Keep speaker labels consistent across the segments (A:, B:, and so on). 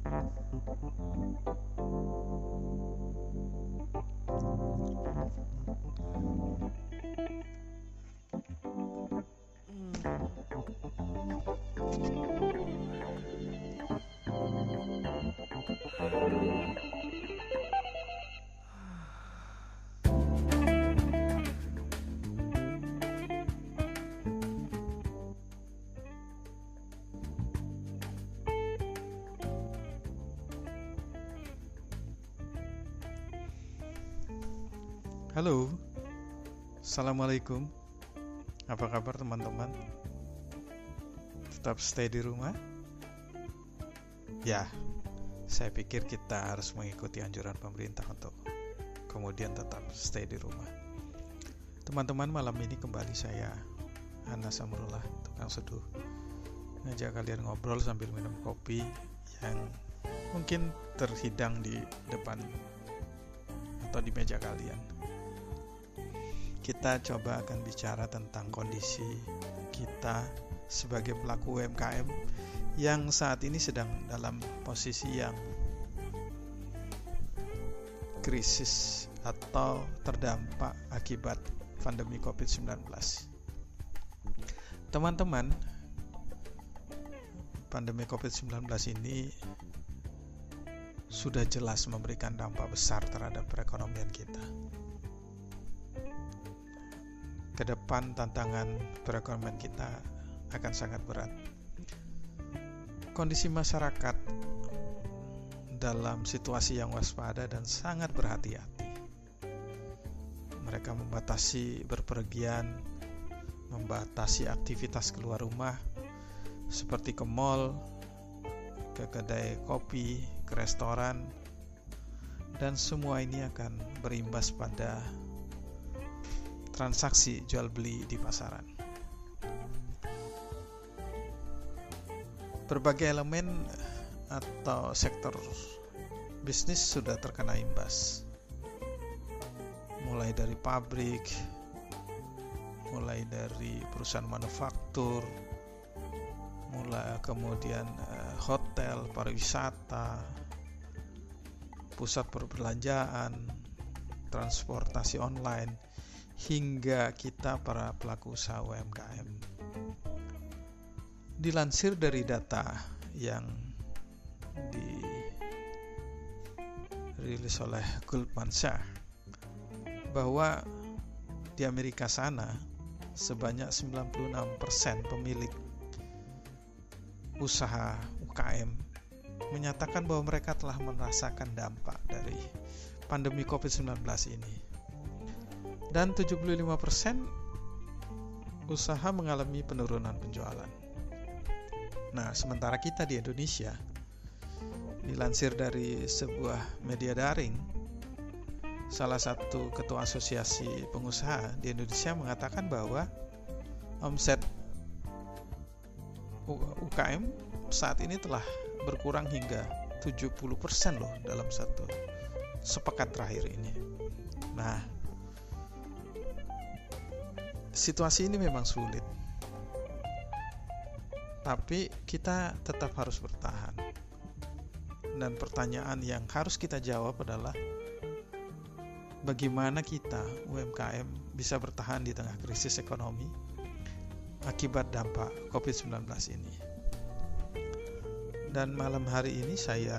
A: Halo, Assalamualaikum. Apa kabar teman-teman? Tetap stay di rumah? Ya, saya pikir kita harus mengikuti anjuran pemerintah untuk kemudian tetap stay di rumah. Teman-teman, malam ini kembali saya, Anas Amrullah, tukang seduh, ngajak kalian ngobrol sambil minum kopi yang mungkin terhidang di depan atau di meja kalian. Kita coba akan bicara tentang kondisi kita sebagai pelaku UMKM yang saat ini sedang dalam posisi yang krisis atau terdampak akibat pandemi COVID-19. Teman-teman, pandemi COVID-19 ini sudah jelas memberikan dampak besar terhadap perekonomian kita. Kedepan tantangan perekonomian kita akan sangat berat. Kondisi masyarakat dalam situasi yang waspada dan sangat berhati-hati. Mereka membatasi berpergian, membatasi aktivitas keluar rumah seperti ke mal, ke kedai kopi, ke restoran, dan semua ini akan berimbas pada transaksi jual beli di pasaran. Berbagai elemen atau sektor bisnis sudah terkena imbas, mulai dari pabrik, mulai dari perusahaan manufaktur, kemudian hotel, pariwisata, pusat perbelanjaan, transportasi online, hingga kita para pelaku usaha UMKM. Dilansir dari data yang dirilis oleh Goldman Sachs bahwa di Amerika sana sebanyak 96% pemilik usaha UKM menyatakan bahwa mereka telah merasakan dampak dari pandemi COVID-19 ini. Dan 75% usaha mengalami penurunan penjualan. Nah, sementara kita di Indonesia, dilansir dari sebuah media daring, salah satu ketua asosiasi pengusaha di Indonesia mengatakan bahwa omset UKM saat ini telah berkurang hingga 70% loh dalam satu sepekan terakhir ini. Nah, situasi ini memang sulit, tapi kita tetap harus bertahan. Dan pertanyaan yang harus kita jawab adalah bagaimana kita UMKM bisa bertahan di tengah krisis ekonomi akibat dampak COVID-19 ini. Dan malam hari ini saya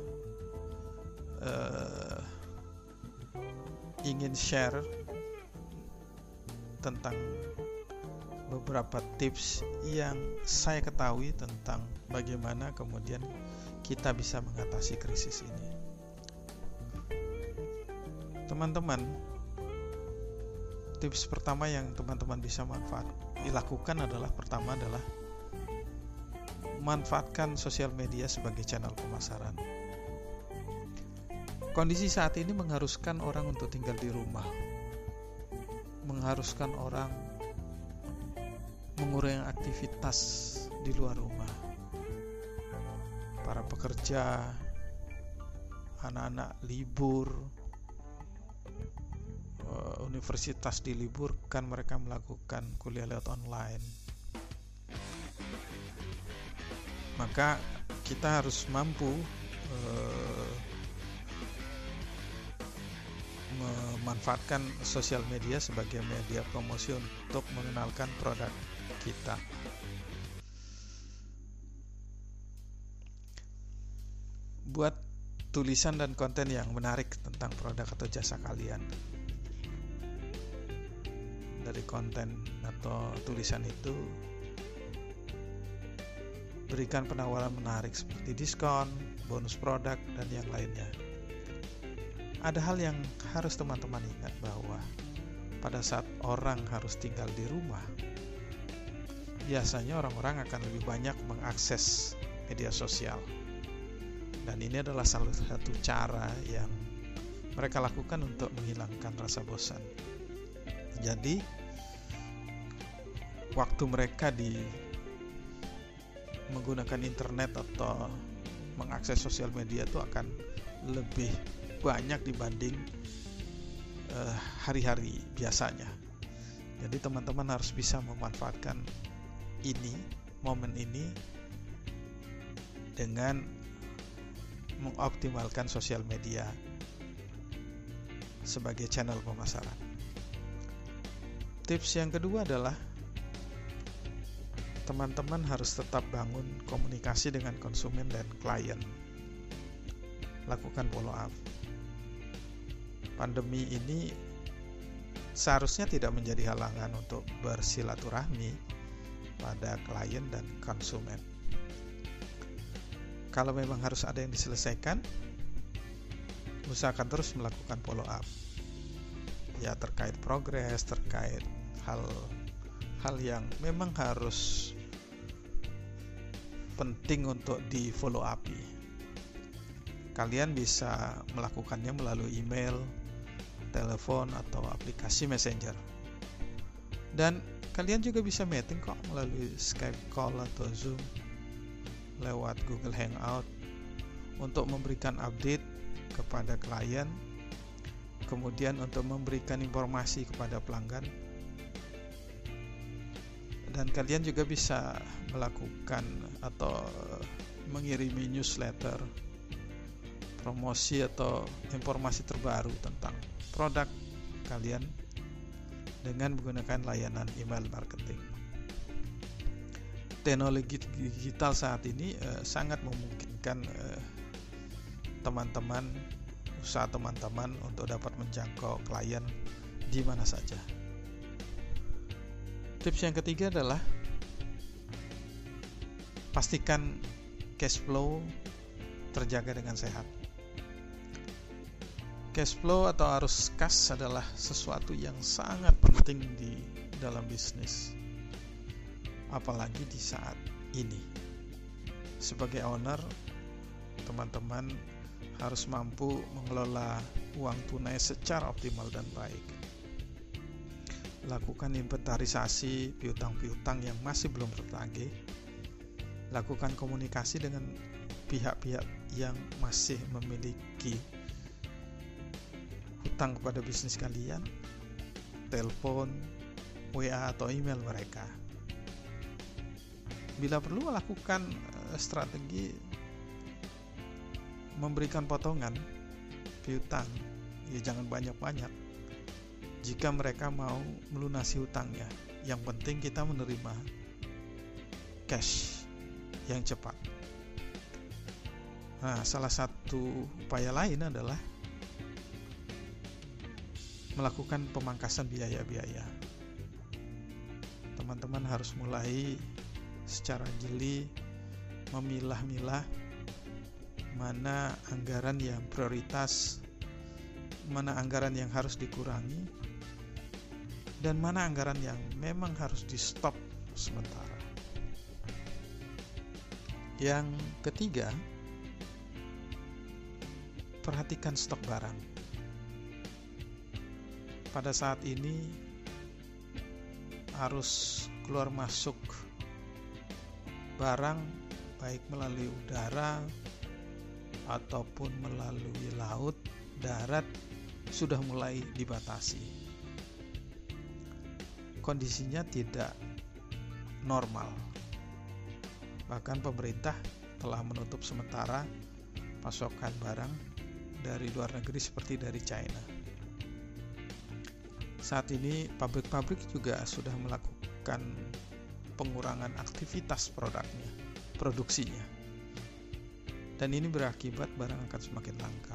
A: ingin share tentang beberapa tips yang saya ketahui tentang bagaimana kemudian kita bisa mengatasi krisis ini. Teman-teman, tips pertama yang teman-teman bisa lakukan adalah manfaatkan sosial media sebagai channel pemasaran. Kondisi saat ini mengharuskan orang untuk tinggal di rumah, mengharuskan orang mengurangi aktivitas di luar rumah. Para pekerja, anak-anak libur, universitas diliburkan, mereka melakukan kuliah lewat online. Maka kita harus mampu memanfaatkan sosial media sebagai media promosi untuk mengenalkan produk kita. Buat tulisan dan konten yang menarik tentang produk atau jasa kalian. Dari konten atau tulisan itu berikan penawaran menarik seperti diskon, bonus produk, dan yang lainnya. Ada hal yang harus teman-teman ingat bahwa pada saat orang harus tinggal di rumah, biasanya orang-orang akan lebih banyak mengakses media sosial. Dan ini adalah salah satu cara yang mereka lakukan untuk menghilangkan rasa bosan. Jadi, waktu mereka menggunakan internet atau mengakses sosial media itu akan lebih banyak dibanding hari-hari biasanya. Jadi teman-teman harus bisa memanfaatkan momen ini dengan mengoptimalkan sosial media sebagai channel pemasaran. Tips yang kedua adalah teman-teman harus tetap bangun komunikasi dengan konsumen dan klien. Lakukan follow up. Pandemi ini seharusnya tidak menjadi halangan untuk bersilaturahmi pada klien dan konsumen. Kalau memang harus ada yang diselesaikan, usahakan terus melakukan follow up. Ya, terkait progres, terkait hal yang memang harus penting untuk di follow up. Kalian bisa melakukannya melalui email, telepon, atau aplikasi Messenger. Dan kalian juga bisa meeting kok melalui Skype call atau Zoom, lewat Google Hangout untuk memberikan update kepada klien, kemudian untuk memberikan informasi kepada pelanggan, dan kalian juga bisa melakukan atau mengirimi newsletter, promosi atau informasi terbaru tentang produk kalian dengan menggunakan layanan email marketing. Teknologi digital saat ini sangat memungkinkan usaha teman-teman untuk dapat menjangkau klien di mana saja. Tips yang ketiga adalah pastikan cash flow terjaga dengan sehat. Cash flow atau arus kas adalah sesuatu yang sangat penting di dalam bisnis. Apalagi di saat ini. Sebagai owner, teman-teman harus mampu mengelola uang tunai secara optimal dan baik. Lakukan inventarisasi piutang-piutang yang masih belum tertagih. Lakukan komunikasi dengan pihak-pihak yang masih memiliki hutang kepada bisnis kalian. Telepon, WA, atau email mereka. Bila perlu, lakukan strategi memberikan potongan piutang, ya jangan banyak-banyak. Jika mereka mau melunasi hutangnya, yang penting kita menerima cash yang cepat. Nah, salah satu upaya lain adalah melakukan pemangkasan biaya-biaya. Teman-teman harus mulai secara jeli memilah-milah mana anggaran yang prioritas, mana anggaran yang harus dikurangi, dan mana anggaran yang memang harus di stop sementara. Yang ketiga, perhatikan stok barang. Pada saat ini arus keluar masuk barang baik melalui udara ataupun melalui laut, darat sudah mulai dibatasi. Kondisinya tidak normal. Bahkan pemerintah telah menutup sementara pasokan barang dari luar negeri seperti dari China. Saat ini pabrik-pabrik juga sudah melakukan pengurangan aktivitas produksinya. Dan ini berakibat barang akan semakin langka.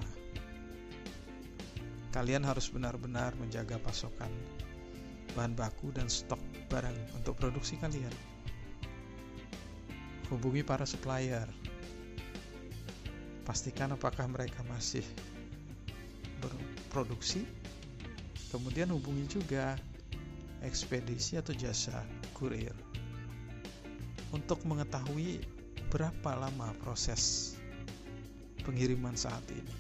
A: Kalian harus benar-benar menjaga pasokan bahan baku dan stok barang untuk produksi kalian. Hubungi para supplier. Pastikan apakah mereka masih berproduksi. Kemudian hubungi juga ekspedisi atau jasa kurir untuk mengetahui berapa lama proses pengiriman saat ini.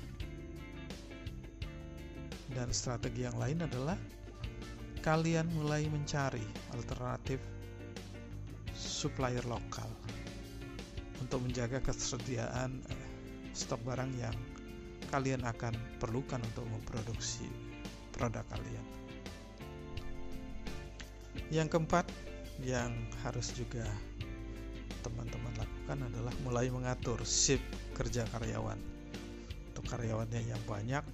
A: Dan strategi yang lain adalah kalian mulai mencari alternatif supplier lokal untuk menjaga ketersediaan stok barang yang kalian akan perlukan untuk memproduksi produk kalian. Yang keempat yang harus juga teman-teman lakukan adalah mulai mengatur shift kerja karyawan. Untuk karyawannya yang banyak,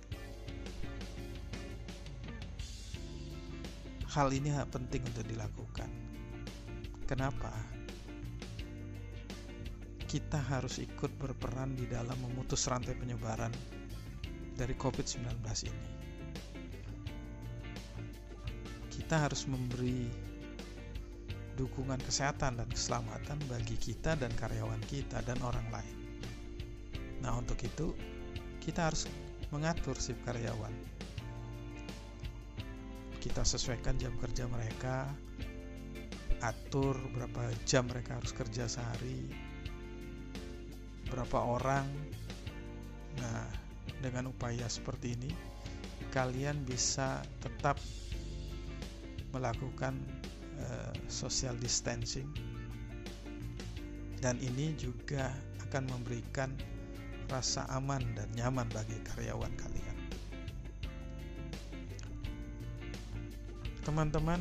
A: hal ini penting untuk dilakukan. Kenapa? Kita harus ikut berperan di dalam memutus rantai penyebaran dari COVID-19 ini. Kita harus memberi dukungan kesehatan dan keselamatan bagi kita dan karyawan kita dan orang lain. Nah, untuk itu kita harus mengatur shift karyawan. Kita sesuaikan jam kerja mereka, atur berapa jam mereka harus kerja sehari, berapa orang. Nah, dengan upaya seperti ini, kalian bisa tetap melakukan social distancing, dan ini juga akan memberikan rasa aman dan nyaman bagi karyawan kalian. Teman-teman,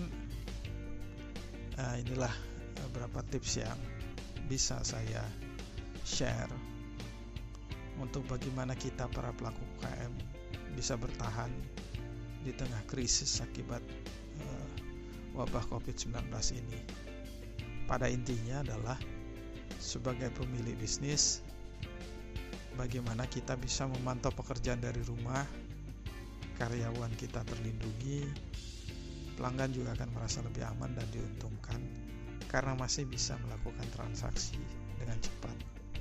A: inilah beberapa tips yang bisa saya share untuk bagaimana kita para pelaku UKM bisa bertahan di tengah krisis akibat wabah COVID-19 ini. Pada intinya adalah sebagai pemilik bisnis, bagaimana kita bisa memantau pekerjaan dari rumah, karyawan kita terlindungi, pelanggan juga akan merasa lebih aman dan diuntungkan karena masih bisa melakukan transaksi dengan cepat.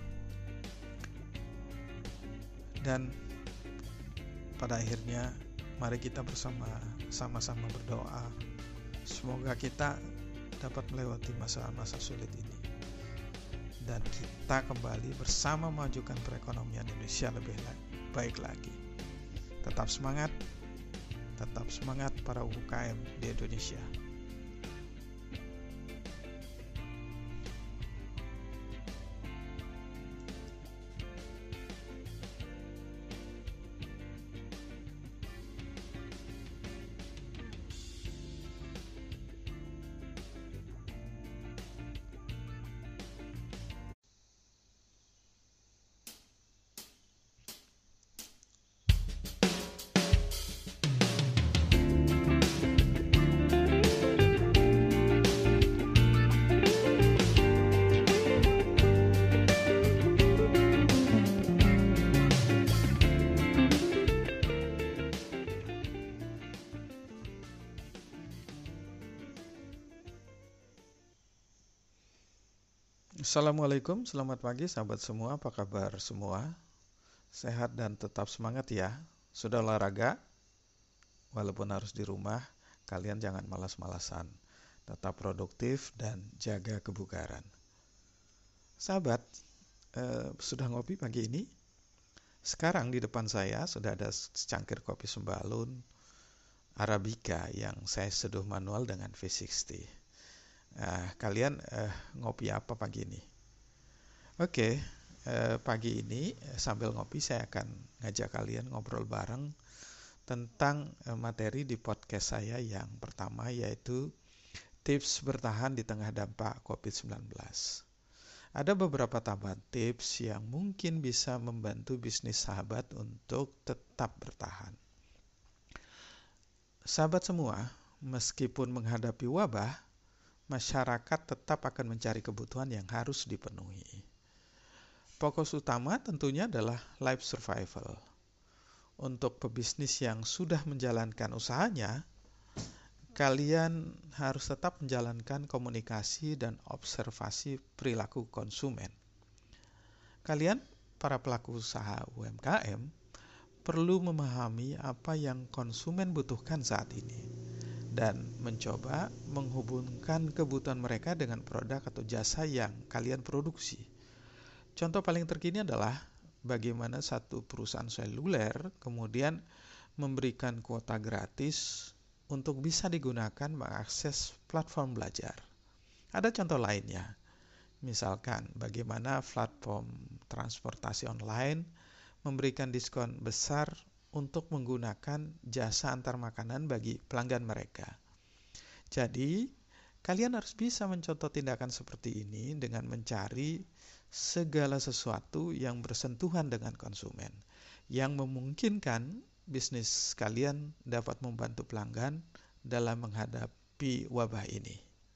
A: Dan pada akhirnya mari kita sama-sama berdoa semoga kita dapat melewati masa-masa sulit ini dan kita kembali bersama memajukan perekonomian Indonesia lebih baik lagi. Tetap semangat para UKM di Indonesia. Assalamualaikum, selamat pagi sahabat semua, apa kabar semua? Sehat dan tetap semangat ya. Sudah olahraga? Walaupun harus di rumah, kalian jangan malas-malasan. Tetap produktif dan jaga kebugaran. Sahabat, sudah ngopi pagi ini? Sekarang di depan saya sudah ada secangkir kopi sembalun Arabica yang saya seduh manual dengan V60. Kalian ngopi apa pagi ini? Oke, pagi ini sambil ngopi saya akan ngajak kalian ngobrol bareng tentang materi di podcast saya yang pertama, yaitu tips bertahan di tengah dampak COVID-19. Ada beberapa tambahan tips yang mungkin bisa membantu bisnis sahabat untuk tetap bertahan. Sahabat semua, meskipun menghadapi wabah, masyarakat tetap akan mencari kebutuhan yang harus dipenuhi. Fokus utama tentunya adalah life survival. Untuk pebisnis yang sudah menjalankan usahanya, kalian harus tetap menjalankan komunikasi dan observasi perilaku konsumen. Kalian, para pelaku usaha UMKM, perlu memahami apa yang konsumen butuhkan saat ini dan mencoba menghubungkan kebutuhan mereka dengan produk atau jasa yang kalian produksi. Contoh paling terkini adalah bagaimana satu perusahaan seluler kemudian memberikan kuota gratis untuk bisa digunakan mengakses platform belajar. Ada contoh lainnya, misalkan bagaimana platform transportasi online memberikan diskon besar untuk menggunakan jasa antar makanan bagi pelanggan mereka. Jadi, kalian harus bisa mencontoh tindakan seperti ini dengan mencari segala sesuatu yang bersentuhan dengan konsumen, yang memungkinkan bisnis kalian dapat membantu pelanggan dalam menghadapi wabah ini.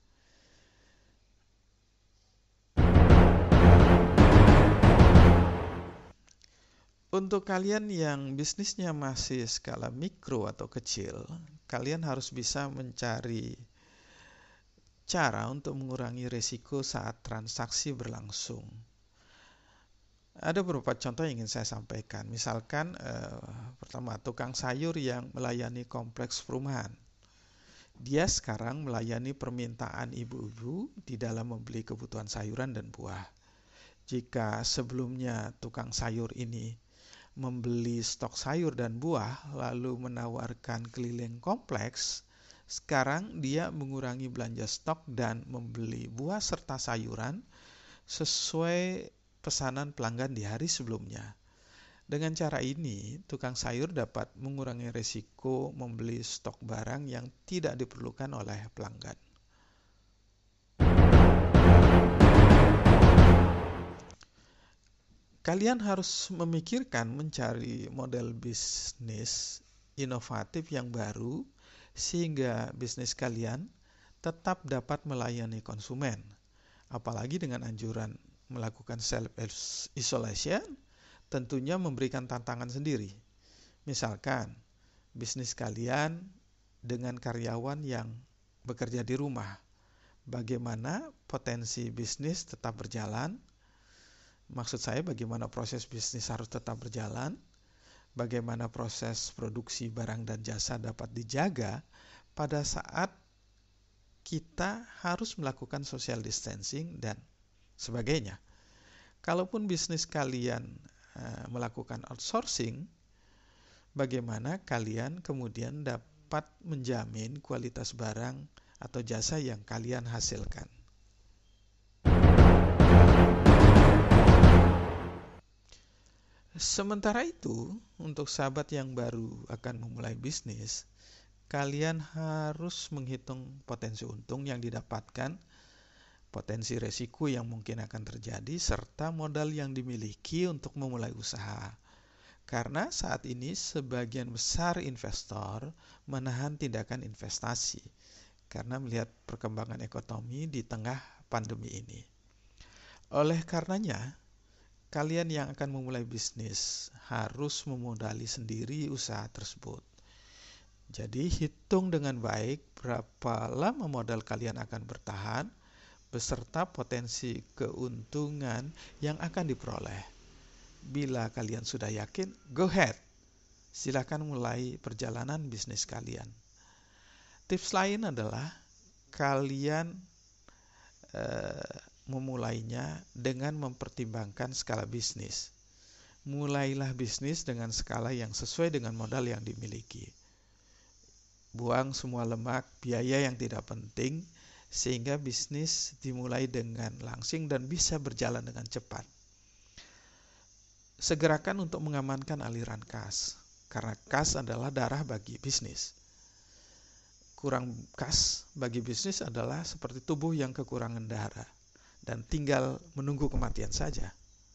A: Untuk kalian yang bisnisnya masih skala mikro atau kecil, kalian harus bisa mencari cara untuk mengurangi risiko saat transaksi berlangsung. Ada beberapa contoh yang ingin saya sampaikan. Misalkan pertama, tukang sayur yang melayani kompleks perumahan. Dia sekarang melayani permintaan ibu-ibu di dalam membeli kebutuhan sayuran dan buah. Jika sebelumnya tukang sayur ini membeli stok sayur dan buah lalu menawarkan keliling kompleks, sekarang dia mengurangi belanja stok dan membeli buah serta sayuran sesuai pesanan pelanggan di hari sebelumnya. Dengan cara ini, tukang sayur dapat mengurangi risiko membeli stok barang yang tidak diperlukan oleh pelanggan. Kalian harus memikirkan mencari model bisnis inovatif yang baru sehingga bisnis kalian tetap dapat melayani konsumen. Apalagi dengan anjuran melakukan self-isolation, tentunya memberikan tantangan sendiri. Misalkan, bisnis kalian dengan karyawan yang bekerja di rumah. Bagaimana potensi bisnis tetap berjalan? Maksud saya bagaimana proses bisnis harus tetap berjalan? Bagaimana proses produksi barang dan jasa dapat dijaga pada saat kita harus melakukan social distancing dan sebagainya. Kalaupun bisnis kalian melakukan outsourcing, bagaimana kalian kemudian dapat menjamin kualitas barang atau jasa yang kalian hasilkan. Sementara itu, untuk sahabat yang baru akan memulai bisnis, kalian harus menghitung potensi untung yang didapatkan, potensi resiko yang mungkin akan terjadi, serta modal yang dimiliki untuk memulai usaha. Karena saat ini sebagian besar investor menahan tindakan investasi karena melihat perkembangan ekonomi di tengah pandemi ini. Oleh karenanya, kalian yang akan memulai bisnis harus memodali sendiri usaha tersebut. Jadi hitung dengan baik berapa lama modal kalian akan bertahan beserta potensi keuntungan yang akan diperoleh. Bila kalian sudah yakin, go ahead. Silakan mulai perjalanan bisnis kalian. Tips lain adalah kalian memulainya dengan mempertimbangkan skala bisnis. Mulailah bisnis dengan skala yang sesuai dengan modal yang dimiliki. Buang semua lemak, biaya yang tidak penting, sehingga bisnis dimulai dengan langsing dan bisa berjalan dengan cepat. Segerakan untuk mengamankan aliran kas, karena kas adalah darah bagi bisnis. Kurang kas bagi bisnis adalah seperti tubuh yang kekurangan darah. dan tinggal menunggu kematian saja.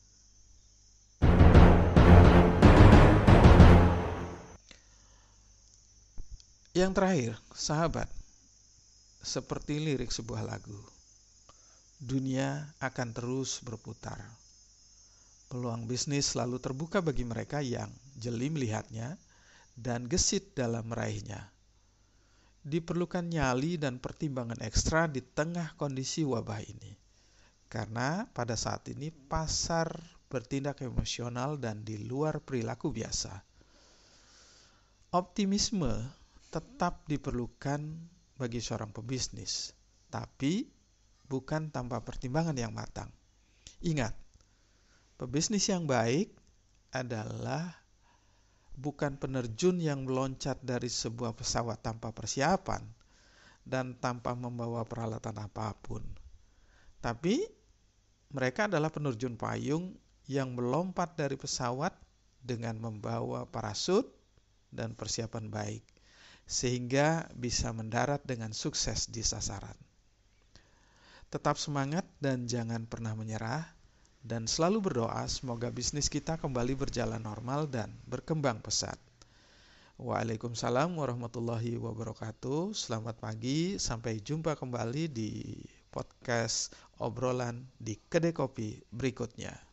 A: Yang terakhir, sahabat, seperti lirik sebuah lagu, dunia akan terus berputar. Peluang bisnis selalu terbuka bagi mereka yang jeli melihatnya dan gesit dalam meraihnya. Diperlukan nyali dan pertimbangan ekstra di tengah kondisi wabah ini. Karena pada saat ini pasar bertindak emosional dan di luar perilaku biasa. Optimisme tetap diperlukan bagi seorang pebisnis, tapi bukan tanpa pertimbangan yang matang. Ingat, pebisnis yang baik adalah bukan penerjun yang meloncat dari sebuah pesawat tanpa persiapan dan tanpa membawa peralatan apapun. Tapi mereka adalah penerjun payung yang melompat dari pesawat dengan membawa parasut dan persiapan baik, sehingga bisa mendarat dengan sukses di sasaran. Tetap semangat dan jangan pernah menyerah. Dan selalu berdoa semoga bisnis kita kembali berjalan normal dan berkembang pesat. Waalaikumsalam warahmatullahi wabarakatuh. Selamat pagi, sampai jumpa kembali di podcast obrolan di Kedai Kopi berikutnya.